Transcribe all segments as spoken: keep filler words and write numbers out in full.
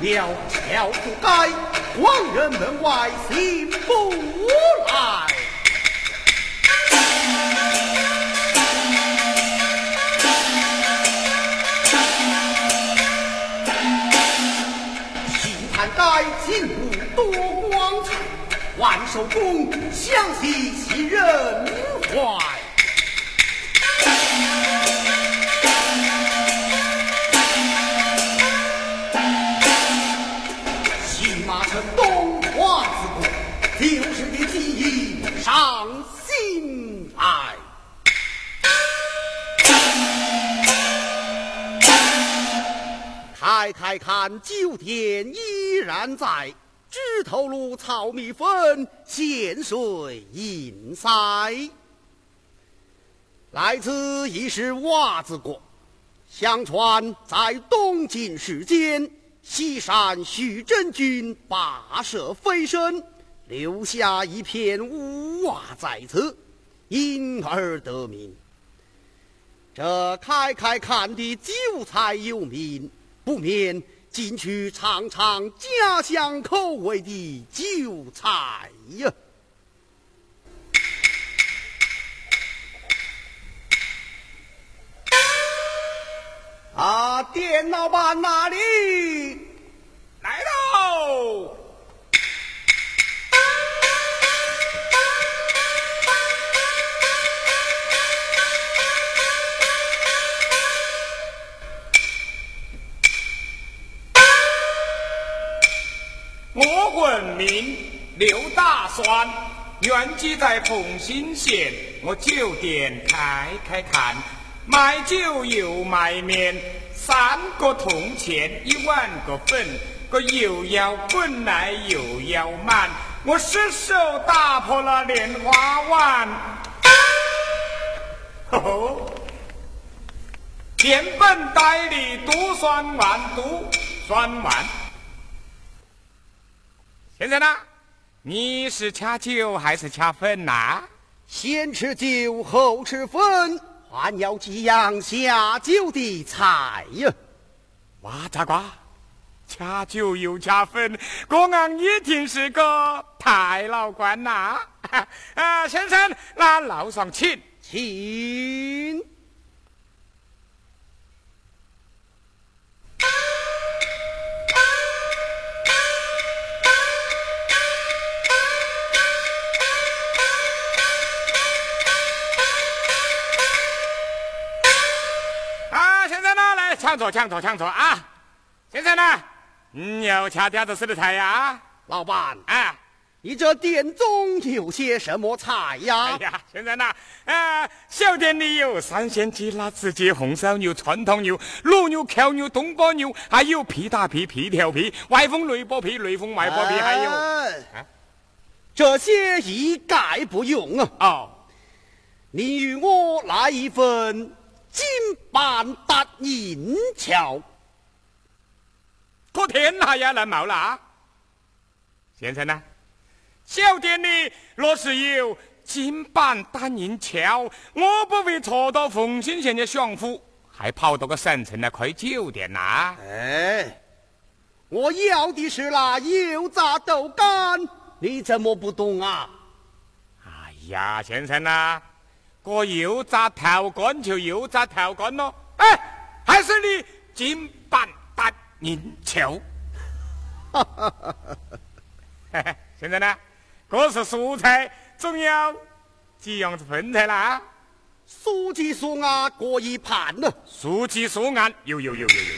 条条不改，望人门外心不来。细看该进步多光彩，万寿宫相惜其人怀。东华之国，就是你记忆上心来。开开看，酒店依然在，只头路糙米粉，咸水银塞。来自一是瓦子国，相传在东晋时间。西山徐真君跋涉飞升，留下一片乌瓦在此，因而得名。这开开看的酒菜有名，不免进去尝尝家乡口味的酒菜呀。啊，店老板哪里来喽？我本名刘大栓，原籍在凤新县。我酒店开开看，卖酒又卖面，三个铜钱一万个粉，个又要滚来又要满，我失手打破了莲花碗。哦，连本带利都算完，都算完。先生呢？你是掐酒还是掐粉呐、啊？ 先吃酒后吃粉，还要几样下酒的菜呀！ 哇，大瓜，掐酒又掐粉，果然一定是个太老倌呐！啊，先生，那老上请， 请。 抢错抢错抢错啊！先生呢？你要掐点子式的菜呀？ 老板啊， 你这店中有些什么菜呀？ 哎呀，先生呢？呃，小店里有三鲜鸡、辣子鸡、红烧牛、川汤牛、卤牛、烤牛、东坡牛，还有皮打皮、皮条皮、外风雷波皮、雷锋外波皮，还有、 哎啊、这些一概不用啊！ 哦， 你与我来一份。金板搭银桥， 可天哪呀，难冒了！先生呢？小店里若是有金板搭银桥，我不会错到凤新县的乡府，还跑到个省城来开酒店呐、啊！ 哎，我要的是那油炸豆干，你怎么不懂啊？ 哎呀，先生呐！个油炸头干就油炸头干咯，哎，还是你金板搭银桥。现在呢，这是蔬菜，总要几样子分菜啦。 蔬鸡素鸭各一盘呢。 蔬鸡素鸭有有有有有。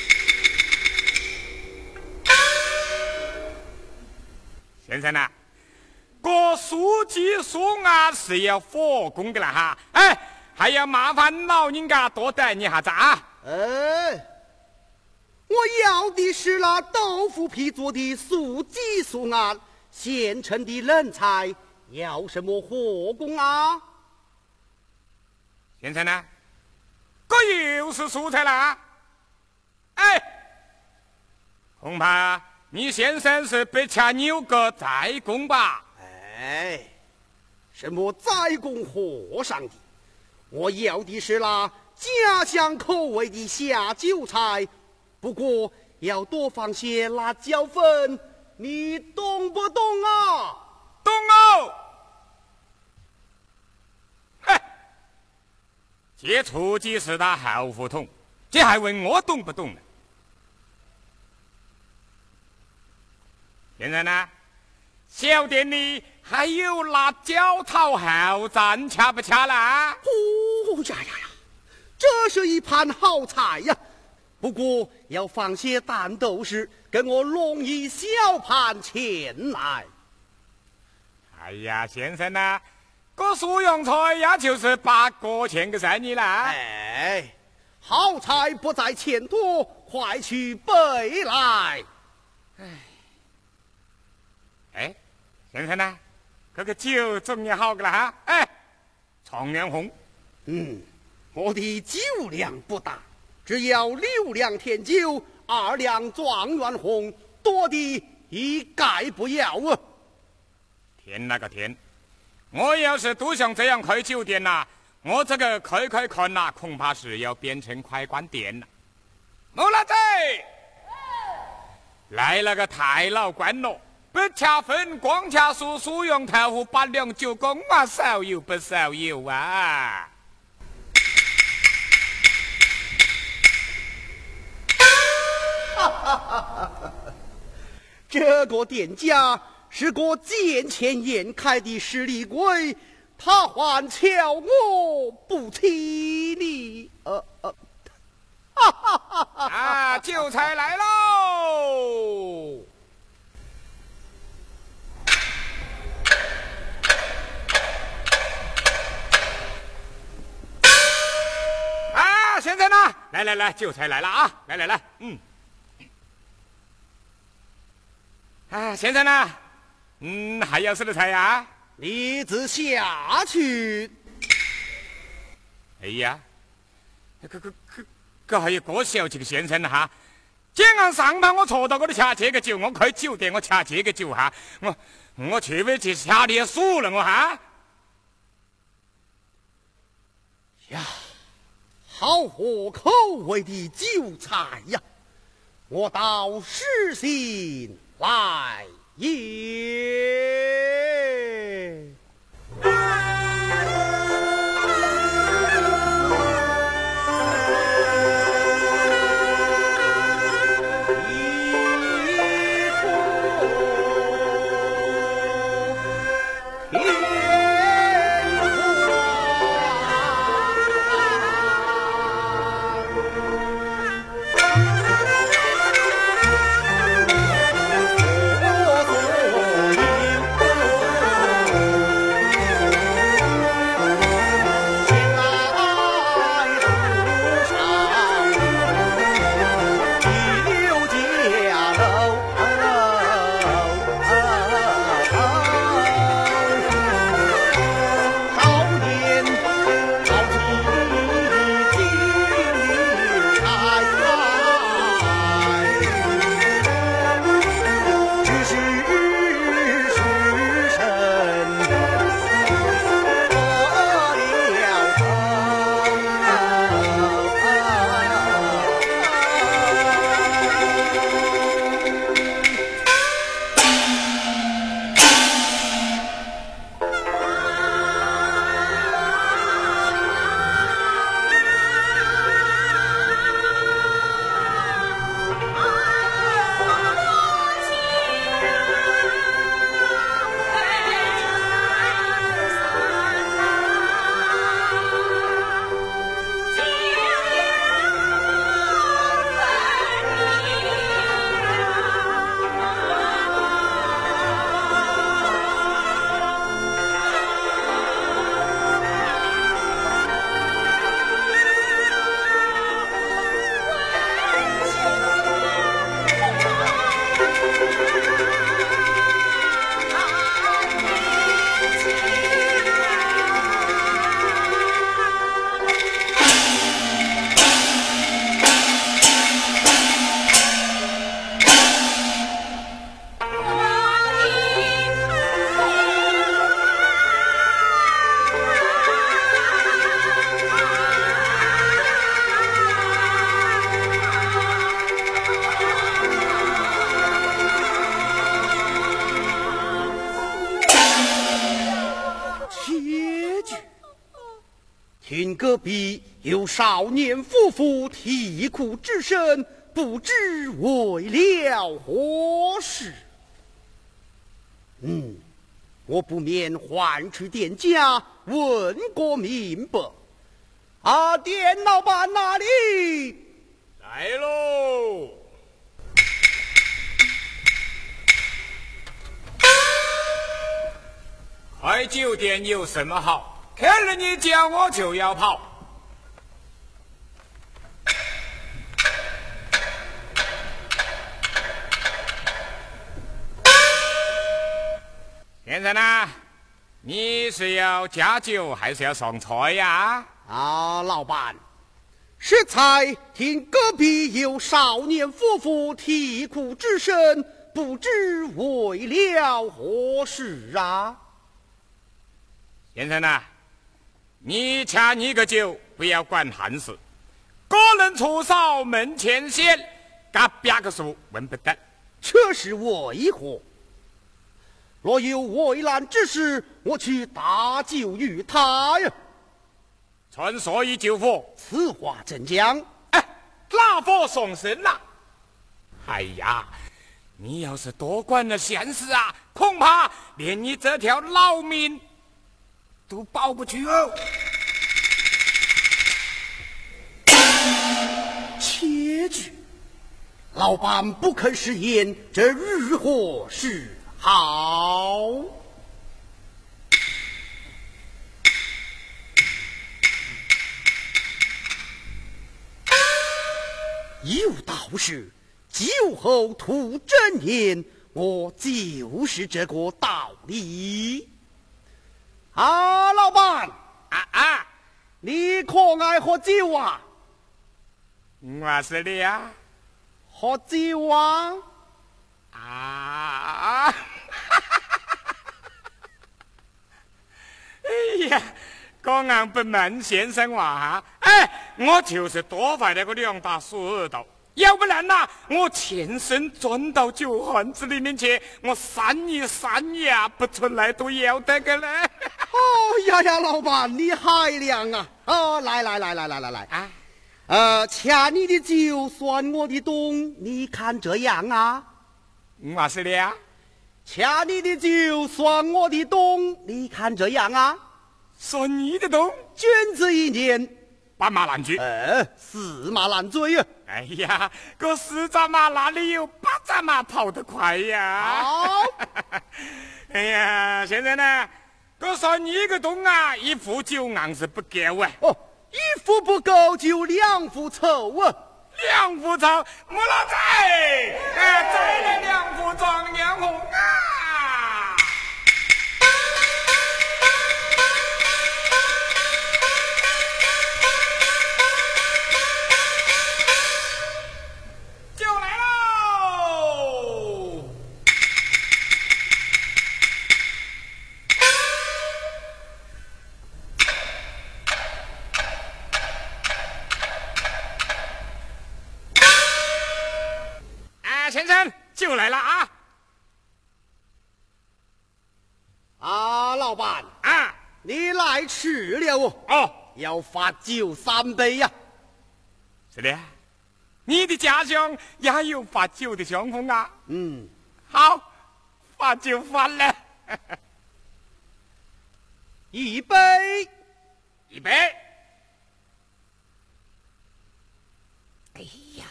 先生呢？个蔬鸡素鸭是要火供的啦哈，哎，还要麻烦老人家多等一下子啊！ 哎，我要的是那豆腐皮做的素鸡素鸭，现成的冷菜，要什么火供啊？ 先生呢？这又是蔬菜啦？哎，恐怕你先生是被掐扭个在宫吧？ 哎，什么宰供和尚的？我要的是那家乡口味的下酒菜，不过要多放些辣椒粉，你懂不懂啊？ 懂哦。哼，这雏鸡是打好胡同，这还问我懂不懂呢？现在呢，小店里还有辣椒炒好蘸，恰不恰啦？ 哦呀呀呀，这是一盘好菜呀！不过要放些蛋豆豉，跟我弄一小盘前来。 哎呀，先生呐、啊，这素洋菜呀就是八个钱个生意啦。 哎，好菜不在前途，快去备来。 哎，哎，先生呐，这个酒总也好个了哈。哎，状元红。 嗯，我的酒量不大，只要六两甜酒，二两状元红，多的一概不要啊。 天那个天！我要是都像这样开酒店呐、啊，我这个开开看呐、啊，恐怕是要变成快关店了。木老仔，来了个太老倌了，不掐粉，光掐素，素用豆腐，八两酒公啊，少有不少有啊！ 哈哈哈哈！这个店家是个见钱眼开的实力鬼，他还瞧我不起你，呃呃，哈哈哈哈！ 啊，酒菜来喽！啊，先生呢？来来来，酒菜来了啊！来来来，嗯。啊，先生呢？嗯，还要什么菜呀？ 你自下去。 哎呀，这这这这还有个小气的先生哈！今晚上盘我戳到我的掐这个酒，我开酒店我掐这个酒哈，我我去不去掐你数了我哈？ 呀，好合口味的酒菜呀！我到实行来也。 隔壁有少年夫妇啼哭之声，不知为了何事。嗯，我不免唤去店家问个明白。啊，店老板哪里？ 来喽！开酒店有什么好？看了你叫我就要跑。先生啊，你是要加酒还是要上菜呀？ 啊，老板，适才听隔壁有少年夫妇啼哭之声，不知为了何事啊？ 先生啊，你掐你个酒，不要管闲事。个人出少门前线，嘎啪个数问不得。 这是为何？若有为难之事，我去搭救于他呀。 传说已救火， 此话怎讲？ 哎，拉火送生了。哎呀，你要是多管了闲事啊，恐怕连你这条老命都保不去哦。 切句，老板不肯食言，这如何是好？有道是酒后吐真言，我就是这个道理。啊，老板啊啊， 你可爱喝酒啊？ 我是的呀。 喝酒啊？ 啊！哎呀，公安不问先生话哈，哎，我就是多坏那个两把舌头，要不然呐，我前身钻到酒汉子里面去，我三年三夜不出来都要得个嘞。 哦呀呀，老板你海量啊！哦，来来来来来来来啊！呃，掐你的酒，算我的东，你看这样啊？ 我是的呀。 掐你的酒，算我的东，你看这样啊？ 算你的东， 君子一言， 八马难句。 呃，驷马难追呀！ 哎呀，个十扎马哪里有八扎马跑得快呀？ 好。 哎呀，现在呢，个算你个东啊，一副酒硬是不够啊。 哦，一副不够就两副凑啊。 两副凑，木老仔，哎，再来两副状元红啊！就来喽！先生，就来了啊！ 啊，老板啊， 你来迟了哦。 哦， 要罚酒三杯呀。 是的，你的家乡也有罚酒的相风啊。 嗯， 好，罚酒罚了。 一杯， 一杯。 哎呀。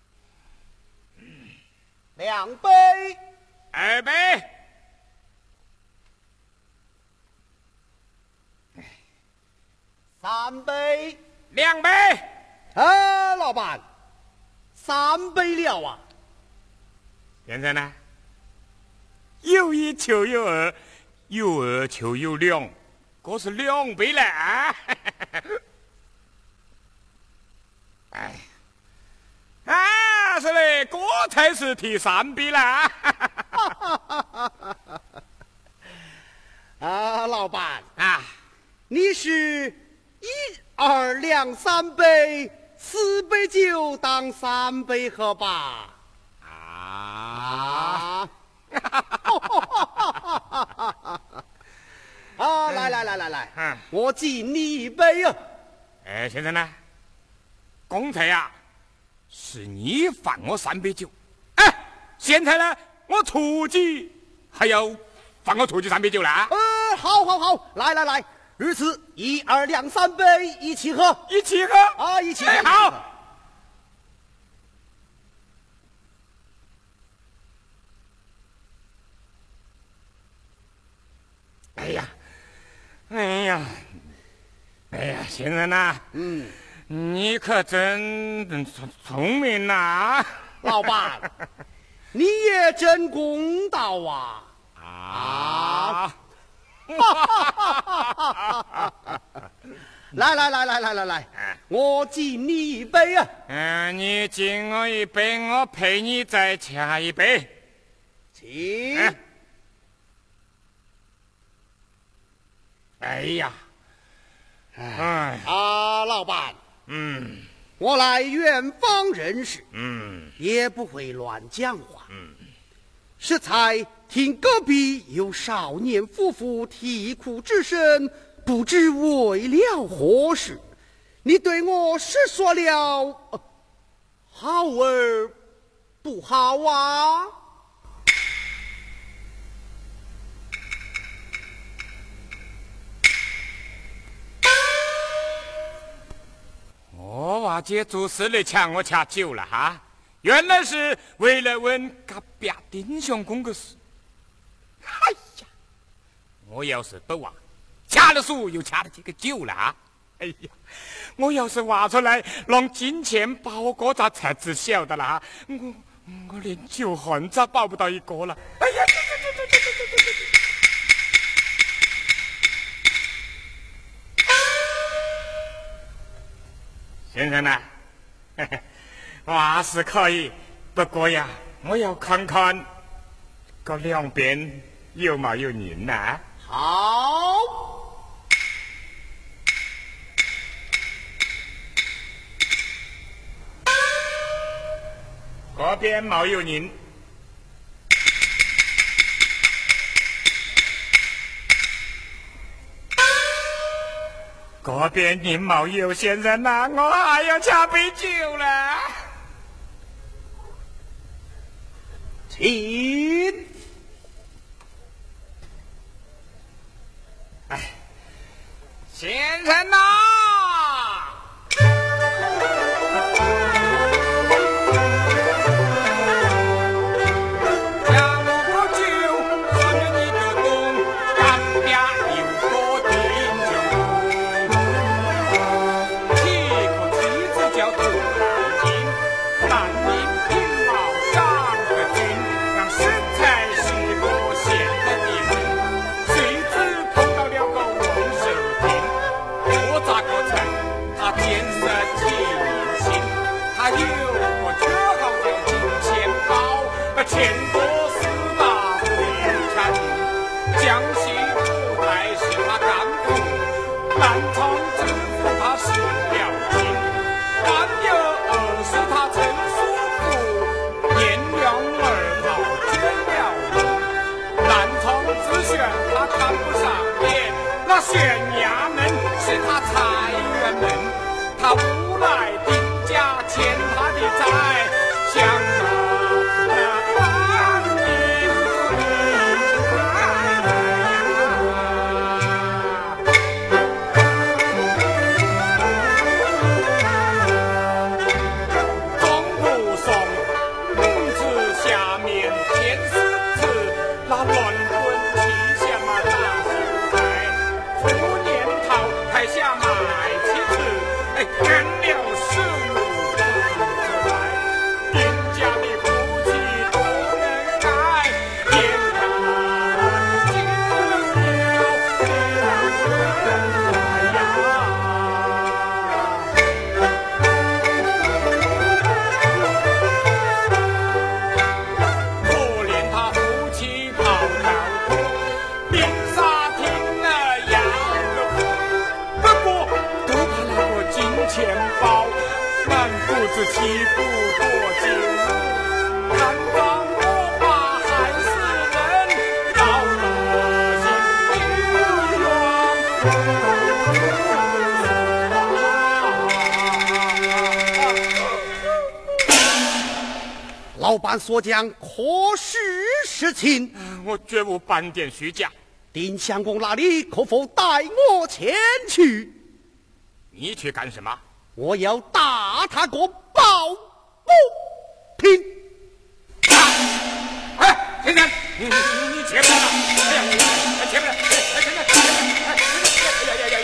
两杯， 二杯， 三杯， 两杯。 啊，老板，三杯了啊！ 现在呢？有一就有二，有二就有两，这是两杯了啊！哎。啊，是嘞，这才是第三杯啦！ 啊，老板啊， 你是一二两三杯，四杯酒当三杯喝吧？ 啊！ 啊，来来来来来，我敬你一杯啊！ 哎，先生呢？刚才呀，是你放我三杯酒，哎，现在呢，我出去还要放我出去三杯酒了。 呃，好，好，好，来来来，如此，一二两三杯，一起喝， 一起喝啊，一起喝。 哎，好。哎呀，哎呀，哎呀，先生呐，嗯，你可真聪聪明呐， 老板，你也真公道啊！ 啊！ 来来来来来来来，我敬你一杯啊！ 嗯，你敬我一杯，我陪你再掐一杯， 请。 嗯哎呀， 哎啊，老板， 嗯， 我来远方人士， 嗯， 也不会乱讲话， 嗯， 是才听隔壁有少年夫妇啼哭之声，不知为了何事。你对我是说了、呃、好而不好啊？ 我娃姐做事来抢我掐酒了哈，原来是为了问隔壁丁兄公个事。哎呀，我要是不忘，掐了树又掐了几个酒了哈。哎呀，我要是挖出来让金钱包裹咋才知晓的了哈，我我连酒汉咋抱不到一个了。哎呀，这这这这这这这这。先生呢？话是可以，不过呀，我要看看这两边有没有人呢？ 好， 这边没有人。这边人没有，先生呐，我还要掐杯酒了。 请。 哎，先生呐！钱多四大不言产，江西五台是他干部，南昌知府他是了金，官有二是他陈叔父，年两二老捐了银，南昌知县他看不上眼，那县衙门是他财源门，他无赖丁家欠他的债，想啊是欺负多金，看光我吧还是人，老百姓有冤。 老板所讲可是实情？ 我绝无半点虚假。 丁相公那里可否带我前去？ 你去干什么？ 我要打他个抱不平！ 哎，先生，你你你你切不了！哎呀，切不了！哎，先生，哎，先生，哎，哎呀呀呀！